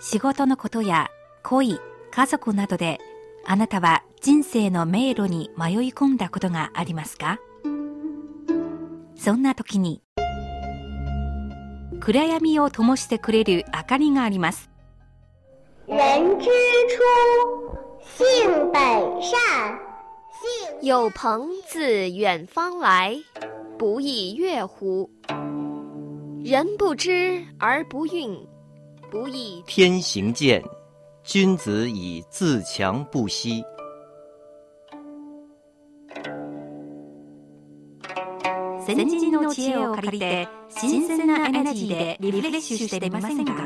仕事のことや恋、家族などであなたは人生の迷路に迷い込んだことがありますか？そんな時に暗闇を灯してくれる明かりがあります。 人之初，性本善。 有朋自远方来，不亦乐乎？人不知而不愠，不亦天行健，君子以自强不息。 先人の知恵を借りて新鮮なエナジーでリフレッシュしてみませんか？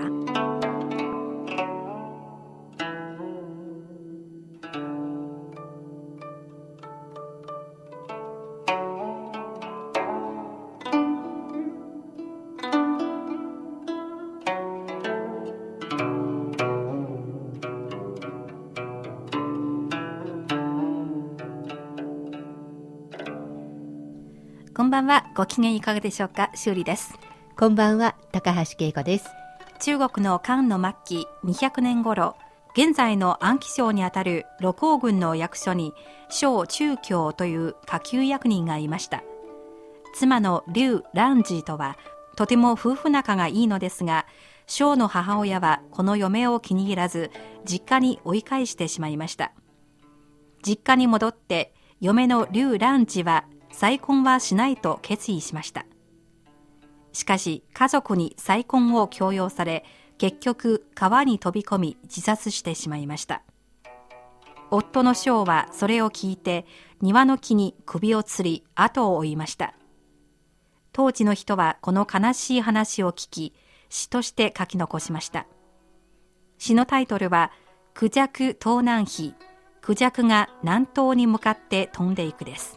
こんばんは。ご機嫌いかがでしょうか？修理です。 こんばんは。高橋恵子です。 中国の漢の末期200年頃、現在の安徽省にあたる盧溝郡の役所に小中京という下級役人がいました。妻の劉蘭寺とはとても夫婦仲がいいのですが、小の母親はこの嫁を気に入らず実家に追い返してしまいました。実家に戻って嫁の劉蘭寺は再婚はしないと決意しました。しかし家族に再婚を強要され、結局川に飛び込み自殺してしまいました。夫の小はそれを聞いて庭の木に首を吊り後を追いました。当時の人はこの悲しい話を聞き、詩として書き残しました。詩のタイトルはクジャク東南飛、クジャクが南東に向かって飛んでいくです。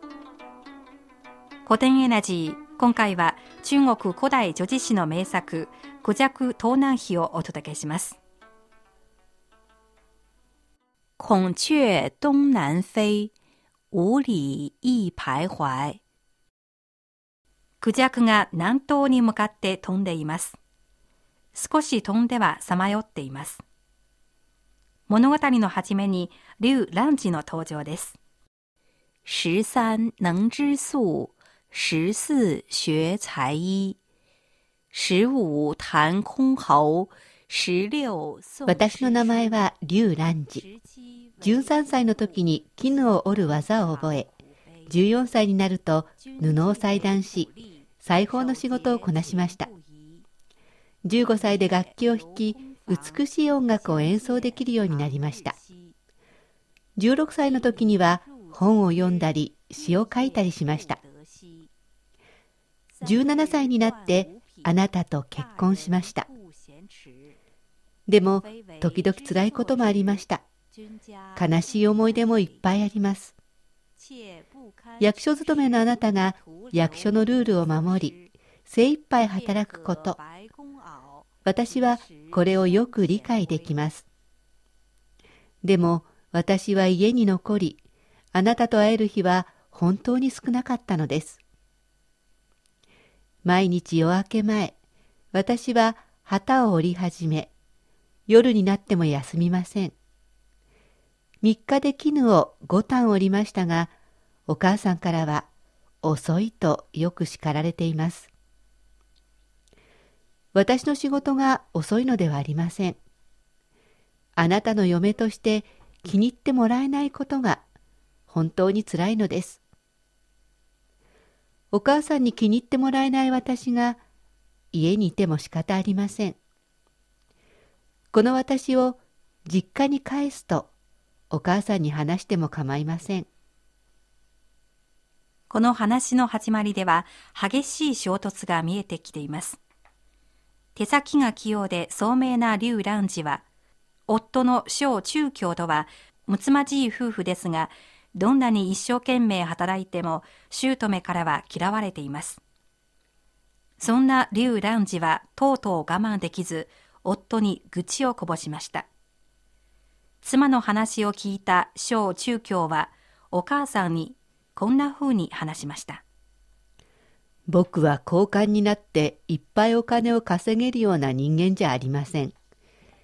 古典エナジー、今回は中国古代叙事詩の名作クジャク東南飛をお届けします。孔雀東南飛、五里一徘徊。クジャクが南東に向かって飛んでいます。少し飛んではさまよっています。物語の初めに劉蘭寺の登場です。13能知数、14学才艺、15談箜篌、16 私の名前は劉蘭寺。13歳の時に絹を織る技を覚え、14歳になると布を裁断し、裁縫の仕事をこなしました。15歳で楽器を弾き、美しい音楽を演奏できるようになりました。16歳の時には本を読んだり詩を書いたりしました。17歳になってあなたと結婚しました。でも時々辛いこともありました。悲しい思い出もいっぱいあります。役所勤めのあなたが役所のルールを守り、精一杯働くこと。私はこれをよく理解できます。でも私は家に残り、あなたと会える日は本当に少なかったのです。毎日夜明け前、私は旗を織り始め、夜になっても休みません。3日で絹を5反織りましたが、お母さんからは遅いとよく叱られています。私の仕事が遅いのではありません。あなたの嫁として気に入ってもらえないことが本当につらいのです。お母さんに気に入ってもらえない私が家にいても仕方ありません。この私を実家に帰すとお母さんに話しても構いません。 この話の始まりでは激しい衝突が見えてきています。手先が器用で聡明な劉蘭寺は、夫の小中京とはむまじい夫婦ですが、どんなに一生懸命働いても姑からは嫌われています。そんな劉蘭寺はとうとう我慢できず、夫に愚痴をこぼしました。妻の話を聞いた小中京はお母さんにこんな風に話しました。 僕は高官になっていっぱいお金を稼げるような人間じゃありません。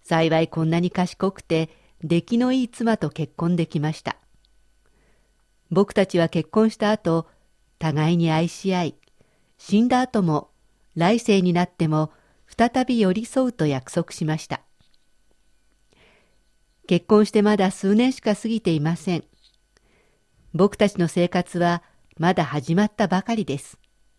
幸いこんなに賢くて出来のいい妻と結婚できました。僕たちは結婚した後、互いに愛し合い、死んだ後も来世になっても再び寄り添うと約束しました。結婚してまだ数年しか過ぎていません。僕たちの生活はまだ始まったばかりです。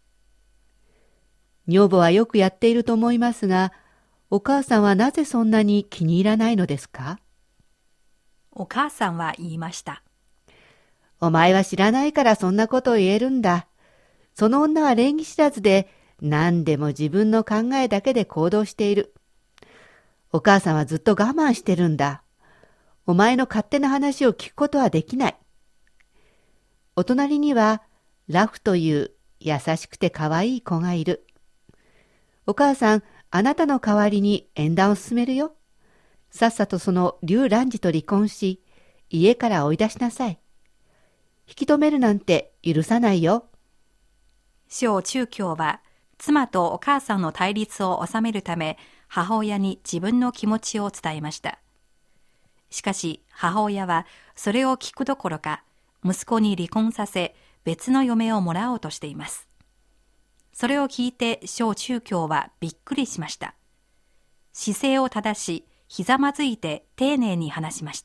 女房はよくやっていると思いますが、お母さんはなぜそんなに気に入らないのですか？ お母さんは言いました。 お前は知らないからそんなことを言えるんだ。その女は礼儀知らずで、何でも自分の考えだけで行動している。お母さんはずっと我慢してるんだ。お前の勝手な話を聞くことはできない。お隣にはラフという優しくて可愛い子がいる。お母さん、あなたの代わりに縁談を進めるよ。さっさとその劉蘭寺と離婚し、家から追い出しなさい。引き止めるなんて許さないよ。 小中教は妻とお母さんの対立を収めるため、母親に自分の気持ちを伝えました。しかし母親はそれを聞くどころか、息子に離婚させ別の嫁をもらおうとしています。それを聞いて小中教はびっくりしました。姿勢を正し、ひざまずいて丁寧に話しました。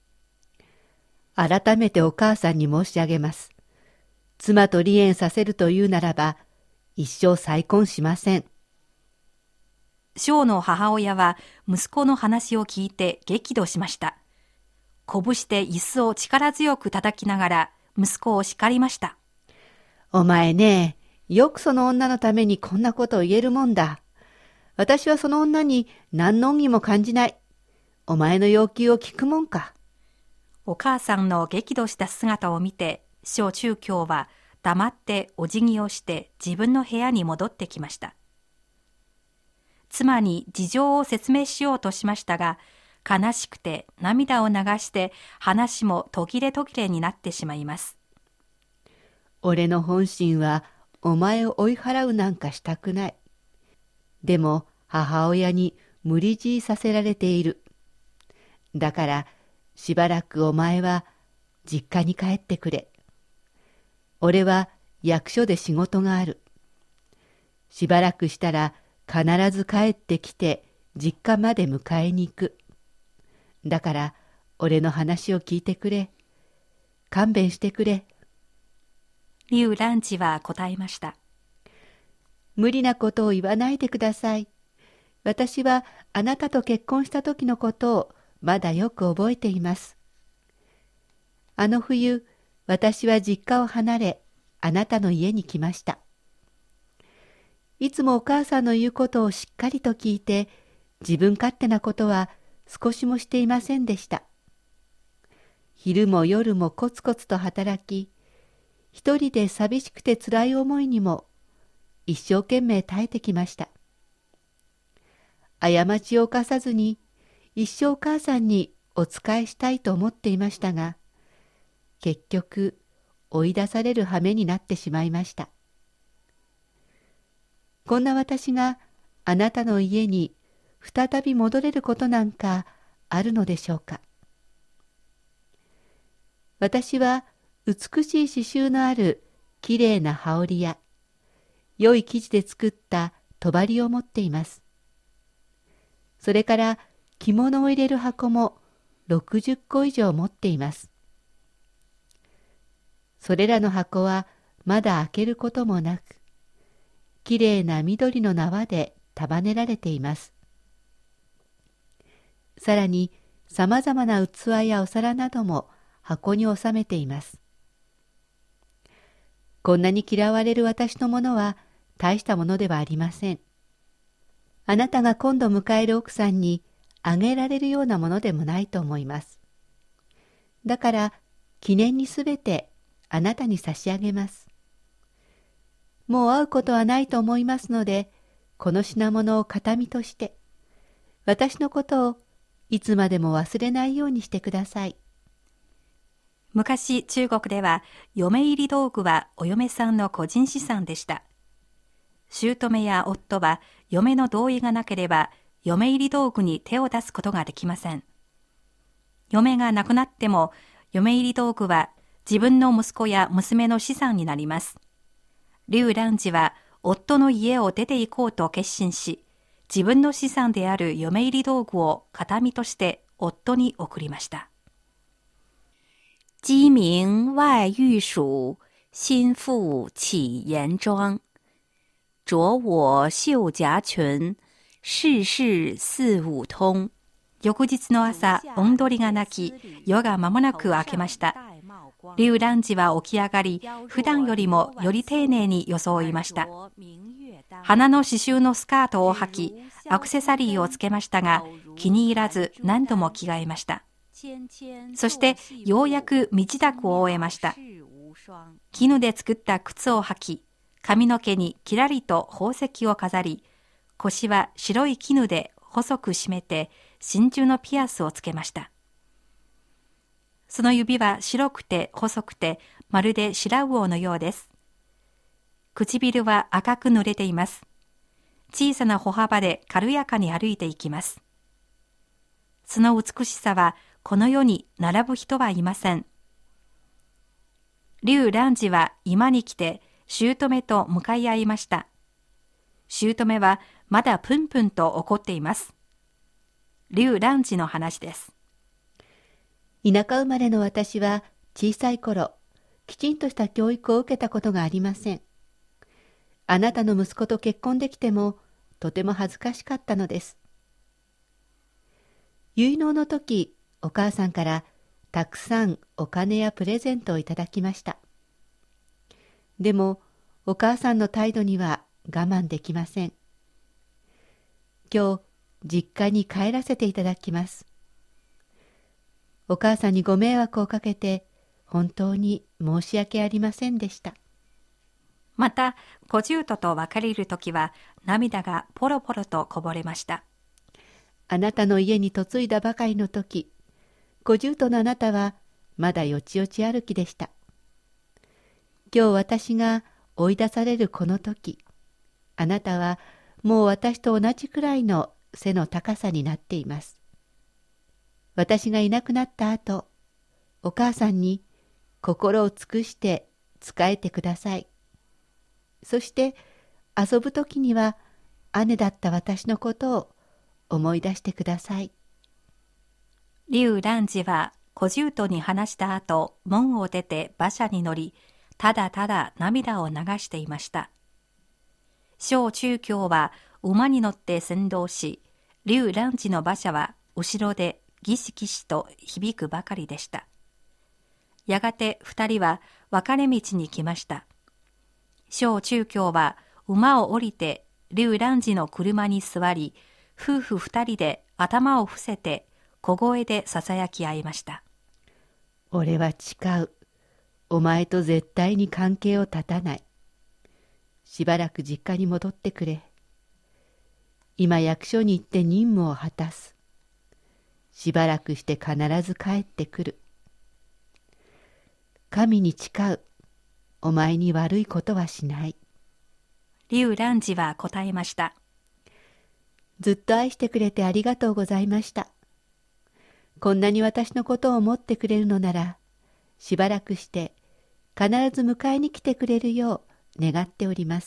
改めてお母さんに申し上げます。妻と離縁させるというならば、一生再婚しません。 小の母親は息子の話を聞いて激怒しました。拳で椅子を力強く叩きながら息子を叱りました。 お前ね、よくその女のためにこんなことを言えるもんだ。私はその女に何の恩義も感じない。お前の要求を聞くもんか。 お母さんの激怒した姿を見て、小中教は黙ってお辞儀をして自分の部屋に戻ってきました。妻に事情を説明しようとしましたが、悲しくて涙を流して話も途切れ途切れになってしまいます。 俺の本心はお前を追い払うなんかしたくない。でも母親に無理強いさせられている。だからしばらくお前は実家に帰ってくれ。俺は役所で仕事がある。しばらくしたら必ず帰ってきて実家まで迎えに行く。だから俺の話を聞いてくれ。勘弁してくれ。 劉蘭寺は答えました。 無理なことを言わないでください。私はあなたと結婚した時のことをまだよく覚えています。あの冬、私は実家を離れ、あなたの家に来ました。いつもお母さんの言うことをしっかりと聞いて、自分勝手なことは少しもしていませんでした。昼も夜もコツコツと働き、一人で寂しくてつらい思いにも一生懸命耐えてきました。過ちを犯さずに一生お母さんにお仕えしたいと思っていましたが、結局追い出される羽目になってしまいました。こんな私があなたの家に再び戻れることなんかあるのでしょうか。私は美しい刺繍のあるきれいな羽織や良い生地で作った帳を持っています。それから着物を入れる箱も60個以上持っています。それらの箱はまだ開けることもなく、きれいな緑の縄で束ねられています。さらにさまざまな器やお皿なども箱に収めています。こんなに嫌われる私のものは大したものではありません。あなたが今度迎える奥さんにあげられるようなものでもないと思います。だから記念にすべてあなたに差し上げます。もう会うことはないと思いますので、この品物を形見として、私のことをいつまでも忘れないようにしてください。 昔中国では嫁入り道具はお嫁さんの個人資産でした。姑や夫は嫁の同意がなければ嫁入り道具に手を出すことができません。嫁が亡くなっても、嫁入り道具は自分の息子や娘の資産になります。劉蘭寺は夫の家を出て行こうと決心し、自分の資産である嫁入り道具を形見として夫に贈りました。鸡鸣外玉鼠，心腹起严妆。着我绣夹裙，事事四五通。翌日の朝、音鳥が鳴き、夜が間もなく明けました。劉蘭寺は起き上がり、普段よりもより丁寧に装いました。花の刺繍のスカートを履き、アクセサリーをつけましたが、気に入らず何度も着替えました。そしてようやく身支度を終えました。絹で作った靴を履き、髪の毛にきらりと宝石を飾り、腰は白い絹で細く締めて真珠のピアスをつけました。その指は白くて細くてまるで白魚のようです。唇は赤く濡れています。小さな歩幅で軽やかに歩いていきます。その美しさはこの世に並ぶ人はいません。劉蘭寺は今に来て姑と向かい合いました。姑はまだプンプンと怒っています。劉蘭寺の話です。 田舎生まれの私は小さい頃、きちんとした教育を受けたことがありません。あなたの息子と結婚できてもとても恥ずかしかったのです。結納の時、お母さんからたくさんお金やプレゼントをいただきました。でもお母さんの態度には我慢できません。今日実家に帰らせていただきます。お母さんにご迷惑をかけて本当に申し訳ありませんでした。 また小姑と別れるときは涙がポロポロとこぼれました。 あなたの家に嫁いだばかりの時、小姑のあなたはまだよちよち歩きでした。今日私が追い出されるこの時、あなたはもう私と同じくらいの背の高さになっています。私がいなくなった後、お母さんに心を尽くして仕えてください。そして遊ぶ時には姉だった私のことを思い出してください。 劉蘭寺は小姑に話した後、門を出て馬車に乗り、ただただ涙を流していました。小中京は馬に乗って先導し、劉蘭寺の馬車は後ろでギシギシと響くばかりでした。やがて二人は分かれ道に来ました。小中京は馬を降りて劉蘭寺の車に座り、夫婦二人で頭を伏せて小声でささやき合いました。 俺は誓う。お前と絶対に関係を断たない。しばらく実家に戻ってくれ。今役所に行って任務を果たす。しばらくして必ず帰ってくる。神に誓う。お前に悪いことはしない。 劉蘭寺は答えました。 ずっと愛してくれてありがとうございました。こんなに私のことを思ってくれるのなら、しばらくして必ず迎えに来てくれるよう願っております。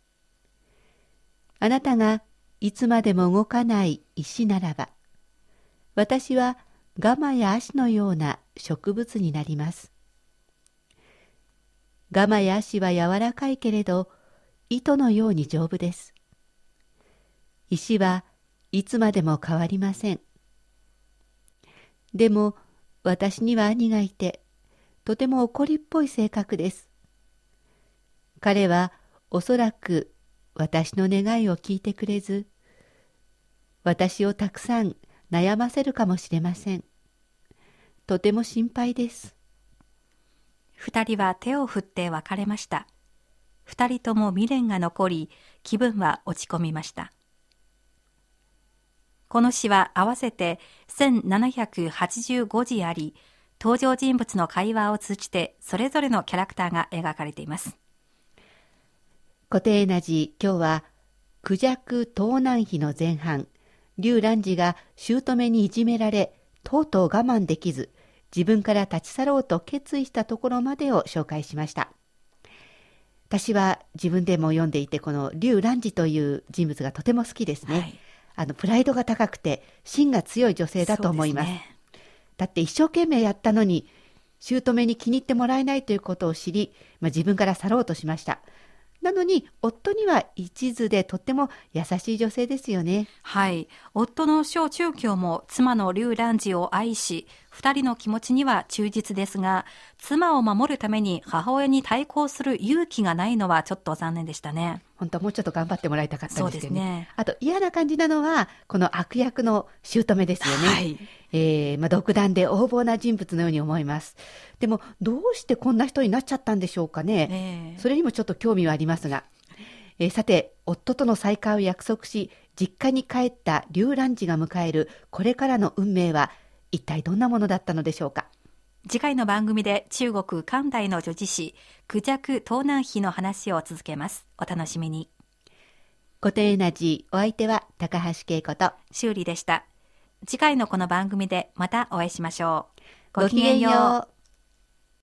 あなたがいつまでも動かない石ならば、私はガマやアシのような植物になります。ガマやアシは柔らかいけれど、糸のように丈夫です。石はいつまでも変わりません。でも私には兄がいて、とても怒りっぽい性格です。彼はおそらく私の願いを聞いてくれず、私をたくさん悩ませるかもしれません。とても心配です。 二人は手を振って別れました。二人とも未練が残り、気分は落ち込みました。この詩は合わせて1785字あり、登場人物の会話を通じてそれぞれのキャラクターが描かれています。 固定な字、今日は孔雀東南碑の前半劉蘭寺が姑にいじめられ、とうとう我慢できず、自分から立ち去ろうと決意したところまでを紹介しました。私は自分でも読んでいて、この劉蘭寺という人物がとても好きですね。プライドが高くて芯が強い女性だと思います。だって一生懸命やったのに姑に気に入ってもらえないということを知り、自分から去ろうとしました。なのに夫には一途でとっても優しい女性ですよね。 はい。夫の小中京も妻の劉蘭寺を愛し、二人の気持ちには忠実ですが、妻を守るために母親に対抗する勇気がないのはちょっと残念でしたね。 本当はもうちょっと頑張ってもらいたかったんですけどね。 そうですね。 あと嫌な感じなのはこの悪役の姑ですよね。 はい。 独断で横暴な人物のように思います。でもどうしてこんな人になっちゃったんでしょうかね。それにもちょっと興味はありますが、さて夫との再会を約束し実家に帰った劉蘭寺が迎えるこれからの運命は一体どんなものだったのでしょうか。 次回の番組で中国漢代の女子誌孔雀東南飛の話を続けます。お楽しみに。 古典エナジー、お相手は高橋恵子と修理でした。次回のこの番組でまたお会いしましょう。 ごきげんよう。